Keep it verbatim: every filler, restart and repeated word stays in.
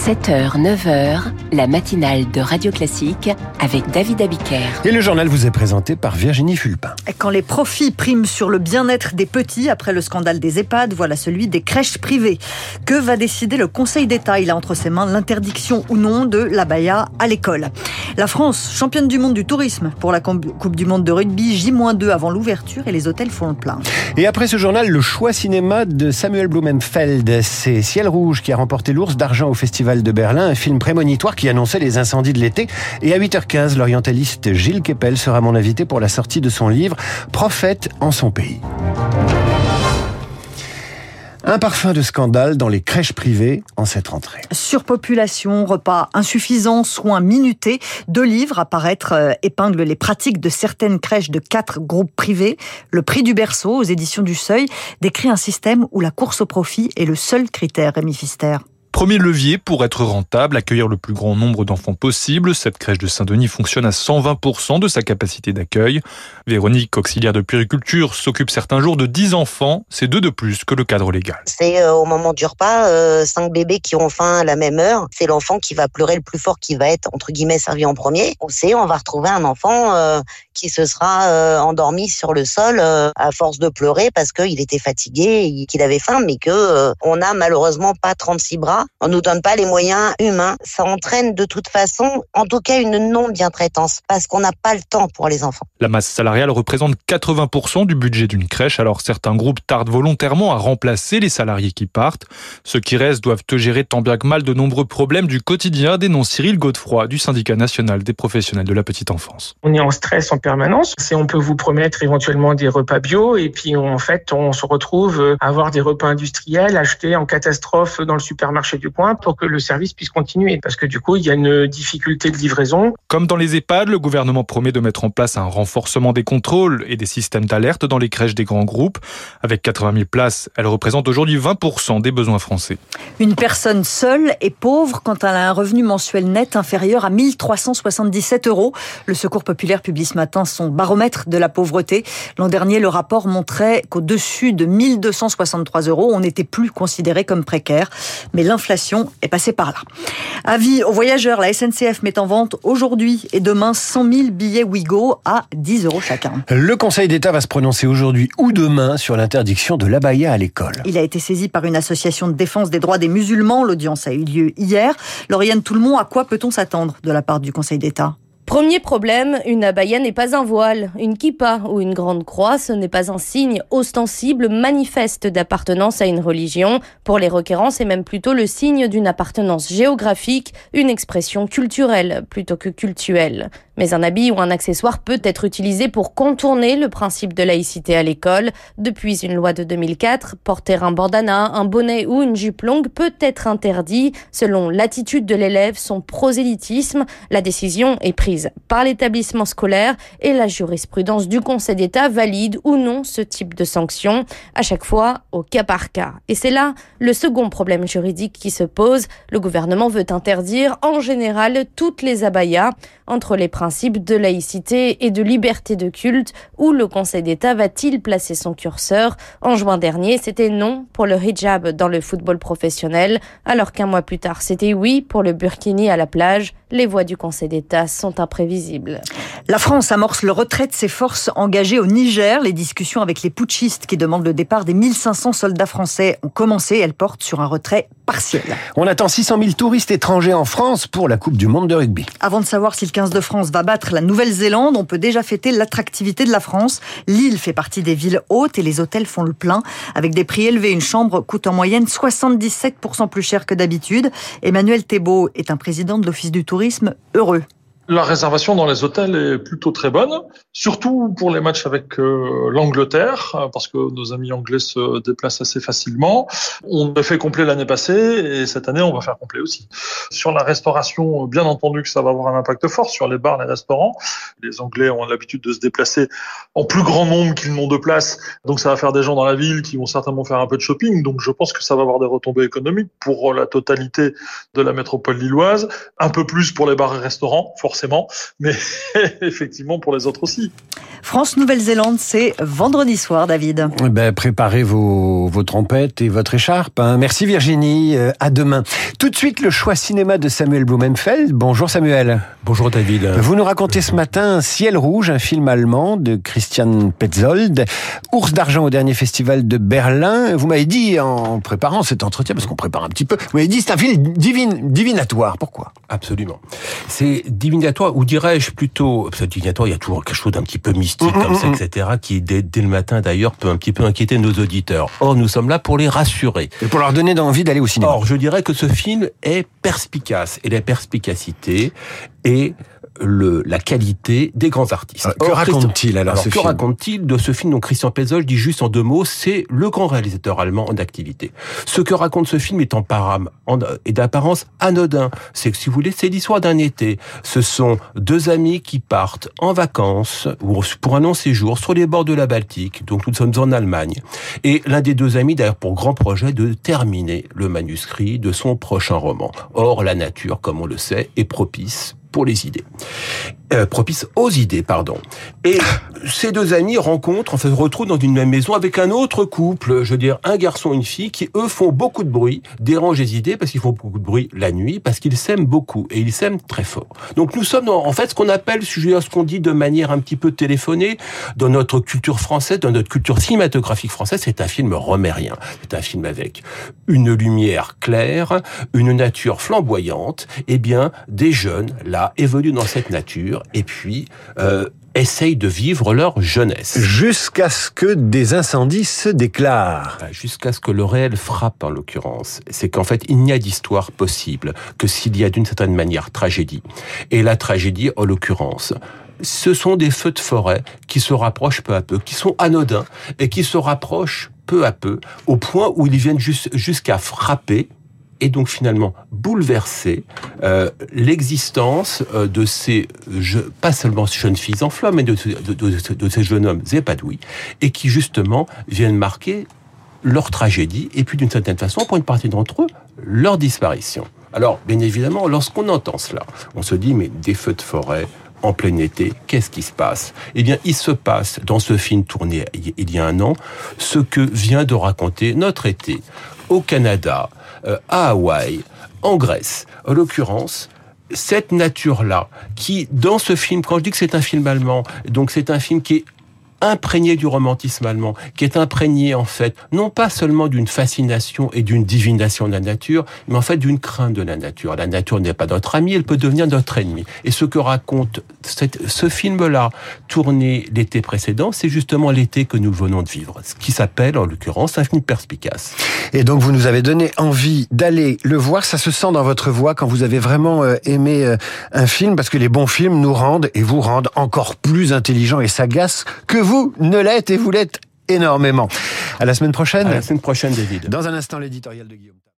sept heures, neuf heures, la matinale de Radio Classique avec David Abiker. Et le journal vous est présenté par Virginie Fulpin. Quand les profits priment sur le bien-être des petits, après le scandale des EHPAD, voilà celui des crèches privées. Que va décider le Conseil d'État ? Il a entre ses mains l'interdiction ou non de l'abaya à l'école. La France, championne du monde du tourisme pour la Coupe du monde de rugby, J moins deux avant l'ouverture et les hôtels font le plein. Et après ce journal, le choix cinéma de Samuel Blumenfeld. C'est Ciel rouge qui a remporté l'Ours d'argent au Festival de Berlin, un film prémonitoire qui annonçait les incendies de l'été. Et à huit heures quinze, l'orientaliste Gilles Kepel sera mon invité pour la sortie de son livre « Prophète en son pays ». Un parfum de scandale dans les crèches privées en cette rentrée. Surpopulation, repas insuffisants, soins minutés. Deux livres à paraître euh, épinglent les pratiques de certaines crèches de quatre groupes privés. Le prix du berceau aux éditions du Seuil décrit un système où la course au profit est le seul critère, Rémi Pfister. Premier levier pour être rentable, accueillir le plus grand nombre d'enfants possible. Cette crèche de Saint-Denis fonctionne à cent vingt pour cent de sa capacité d'accueil. Véronique, auxiliaire de puériculture, s'occupe certains jours de dix enfants. C'est deux de plus que le cadre légal. C'est euh, au moment du repas, euh, cinq bébés qui ont faim à la même heure. C'est l'enfant qui va pleurer le plus fort qui va être, entre guillemets, servi en premier. On sait, on va retrouver un enfant euh, qui se sera euh, endormi sur le sol euh, à force de pleurer parce qu'il était fatigué, qu'il avait faim, mais que euh, on n'a malheureusement pas trente-six bras. On nous donne pas les moyens humains. Ça entraîne de toute façon, en tout cas, une non-bien-traitance parce qu'on n'a pas le temps pour les enfants. La masse salariale représente quatre-vingts pour cent du budget d'une crèche. Alors certains groupes tardent volontairement à remplacer les salariés qui partent. Ceux qui restent doivent gérer tant bien que mal de nombreux problèmes du quotidien, dénonce Cyril Godefroy du syndicat national des professionnels de la petite enfance. On est en stress en permanence. C'est, on peut vous promettre éventuellement des repas bio et puis en fait on se retrouve à avoir des repas industriels achetés en catastrophe dans le supermarché du coin pour que le service puisse continuer. Parce que du coup, il y a une difficulté de livraison. Comme dans les EHPAD, le gouvernement promet de mettre en place un renforcement des contrôles et des systèmes d'alerte dans les crèches des grands groupes. Avec quatre-vingt mille places, elle représente aujourd'hui vingt pour cent des besoins français. Une personne seule est pauvre quand elle a un revenu mensuel net inférieur à mille trois cent soixante-dix-sept euros. Le Secours populaire publie ce matin son baromètre de la pauvreté. L'an dernier, le rapport montrait qu'au-dessus de mille deux cent soixante-trois euros, on n'était plus considéré comme précaire. Mais l'inflation est passée par là. Avis aux voyageurs, la S N C F met en vente aujourd'hui et demain cent mille billets Ouigo à dix euros chacun. Le Conseil d'État va se prononcer aujourd'hui ou demain sur l'interdiction de l'abaya à l'école. Il a été saisi par une association de défense des droits des musulmans. L'audience a eu lieu hier. Lauriane Toulmont, à quoi peut-on s'attendre de la part du Conseil d'État ? Premier problème, une abaya n'est pas un voile. Une kippa ou une grande croix, ce n'est pas un signe ostensible, manifeste d'appartenance à une religion. Pour les requérants, c'est même plutôt le signe d'une appartenance géographique, une expression culturelle plutôt que cultuelle. Mais un habit ou un accessoire peut être utilisé pour contourner le principe de laïcité à l'école. Depuis une loi de deux mille quatre, porter un bandana, un bonnet ou une jupe longue peut être interdit selon l'attitude de l'élève, son prosélytisme. La décision est prise par l'établissement scolaire et la jurisprudence du Conseil d'État valide ou non ce type de sanction, à chaque fois au cas par cas. Et c'est là le second problème juridique qui se pose. Le gouvernement veut interdire en général toutes les abayas. Entre les principes de laïcité et de liberté de culte, où le Conseil d'État va-t-il placer son curseur ? En juin dernier, c'était non pour le hijab dans le football professionnel, alors qu'un mois plus tard, c'était oui pour le burkini à la plage. Les voix du Conseil d'État sont imprévisibles. La France amorce le retrait de ses forces engagées au Niger. Les discussions avec les putschistes qui demandent le départ des mille cinq cents soldats français ont commencé. Elles portent sur un retrait partiel. On attend six cent mille touristes étrangers en France pour la Coupe du monde de rugby. Avant de savoir si le quinze de France va battre la Nouvelle-Zélande, on peut déjà fêter l'attractivité de la France. Lille fait partie des villes hautes et les hôtels font le plein. Avec des prix élevés, une chambre coûte en moyenne soixante-dix-sept pour cent plus cher que d'habitude. Emmanuel Thébault est un président de l'Office du tourisme heureux. La réservation dans les hôtels est plutôt très bonne, surtout pour les matchs avec euh, l'Angleterre, parce que nos amis anglais se déplacent assez facilement. On a fait complet l'année passée et cette année, on va faire complet aussi. Sur la restauration, bien entendu que ça va avoir un impact fort sur les bars, les restaurants. Les Anglais ont l'habitude de se déplacer en plus grand nombre qu'ils n'ont de place, donc ça va faire des gens dans la ville qui vont certainement faire un peu de shopping. Donc je pense que ça va avoir des retombées économiques pour la totalité de la métropole lilloise, un peu plus pour les bars et restaurants, forcément. forcément, mais effectivement pour les autres aussi. France-Nouvelle-Zélande, c'est vendredi soir, David. Ben, préparez vos, vos trompettes et votre écharpe. Hein. Merci Virginie, euh, à demain. Tout de suite, le choix cinéma de Samuel Blumenfeld. Bonjour Samuel. Bonjour David. Vous nous racontez ce matin Ciel rouge, un film allemand de Christian Petzold. Ours d'argent au dernier festival de Berlin. Vous m'avez dit, en préparant cet entretien, parce qu'on prépare un petit peu, vous m'avez dit c'est un film divin, divinatoire. Pourquoi ? Absolument. C'est divinatoire, ou dirais-je plutôt, parce que divinatoire, il y a toujours quelque chose d'un petit peu mystique, Mmh, comme mmh, ça, et cetera, qui, dès, dès le matin d'ailleurs, peut un petit peu inquiéter nos auditeurs. Or, nous sommes là pour les rassurer. Et pour leur donner envie d'aller au cinéma. Or, je dirais que ce film est perspicace, et la perspicacité est le, la qualité des grands artistes. Alors, que raconte-t-il alors, alors ce que film raconte-t-il de ce film dont Christian Petzold dit juste en deux mots, c'est le grand réalisateur allemand en activité. Ce que raconte ce film est en param, en, est d'apparence anodin. C'est que si vous voulez, c'est l'histoire d'un été. Ce sont deux amis qui partent en vacances ou pour un long séjour sur les bords de la Baltique. Donc nous sommes en Allemagne. Et l'un des deux amis, d'ailleurs, pour grand projet de terminer le manuscrit de son prochain roman. Or, la nature, comme on le sait, est propice pour les idées. Euh, propice aux idées, pardon. Et ces deux amis rencontrent, enfin, se retrouvent dans une même maison avec un autre couple, je veux dire, un garçon et une fille, qui, eux, font beaucoup de bruit, dérangent les idées, parce qu'ils font beaucoup de bruit la nuit, parce qu'ils s'aiment beaucoup, et ils s'aiment très fort. Donc nous sommes dans, en fait, ce qu'on appelle, je veux dire, ce qu'on dit de manière un petit peu téléphonée, dans notre culture française, dans notre culture cinématographique française, c'est un film romérien. C'est un film avec une lumière claire, une nature flamboyante, et bien, des jeunes, là, évoluent dans cette nature, et puis euh, essayent de vivre leur jeunesse. Jusqu'à ce que des incendies se déclarent. Jusqu'à ce que le réel frappe, en l'occurrence. C'est qu'en fait, il n'y a d'histoire possible que s'il y a d'une certaine manière tragédie. Et la tragédie, en l'occurrence, ce sont des feux de forêt qui se rapprochent peu à peu, qui sont anodins, et qui se rapprochent peu à peu, au point où ils viennent jus- jusqu'à frapper, et donc finalement bouleverser euh, l'existence euh, de ces, je, pas seulement ces jeunes filles en flammes, mais de, de, de, de ces jeunes hommes épanouis, et qui justement viennent marquer leur tragédie, et puis d'une certaine façon, pour une partie d'entre eux, leur disparition. Alors, bien évidemment, lorsqu'on entend cela, on se dit, mais des feux de forêt, en plein été, qu'est-ce qui se passe ? Eh bien, il se passe, dans ce film tourné il y a un an, ce que vient de raconter notre été au Canada, euh, à Hawaï, en Grèce. En l'occurrence, cette nature-là, qui, dans ce film, quand je dis que c'est un film allemand, donc c'est un film qui est imprégné du romantisme allemand, qui est imprégné, en fait, non pas seulement d'une fascination et d'une divination de la nature, mais en fait d'une crainte de la nature. La nature n'est pas notre amie, elle peut devenir notre ennemi. Et ce que raconte cette, ce film-là, tourné l'été précédent, c'est justement l'été que nous venons de vivre, ce qui s'appelle, en l'occurrence, un film perspicace. Et donc, vous nous avez donné envie d'aller le voir. Ça se sent dans votre voix quand vous avez vraiment euh, aimé euh, un film, parce que les bons films nous rendent, et vous rendent encore plus intelligents et sagaces que vous Vous ne l'êtes et vous l'êtes énormément. À la semaine prochaine. À la semaine prochaine, David. Dans un instant, l'éditorial de Guillaume.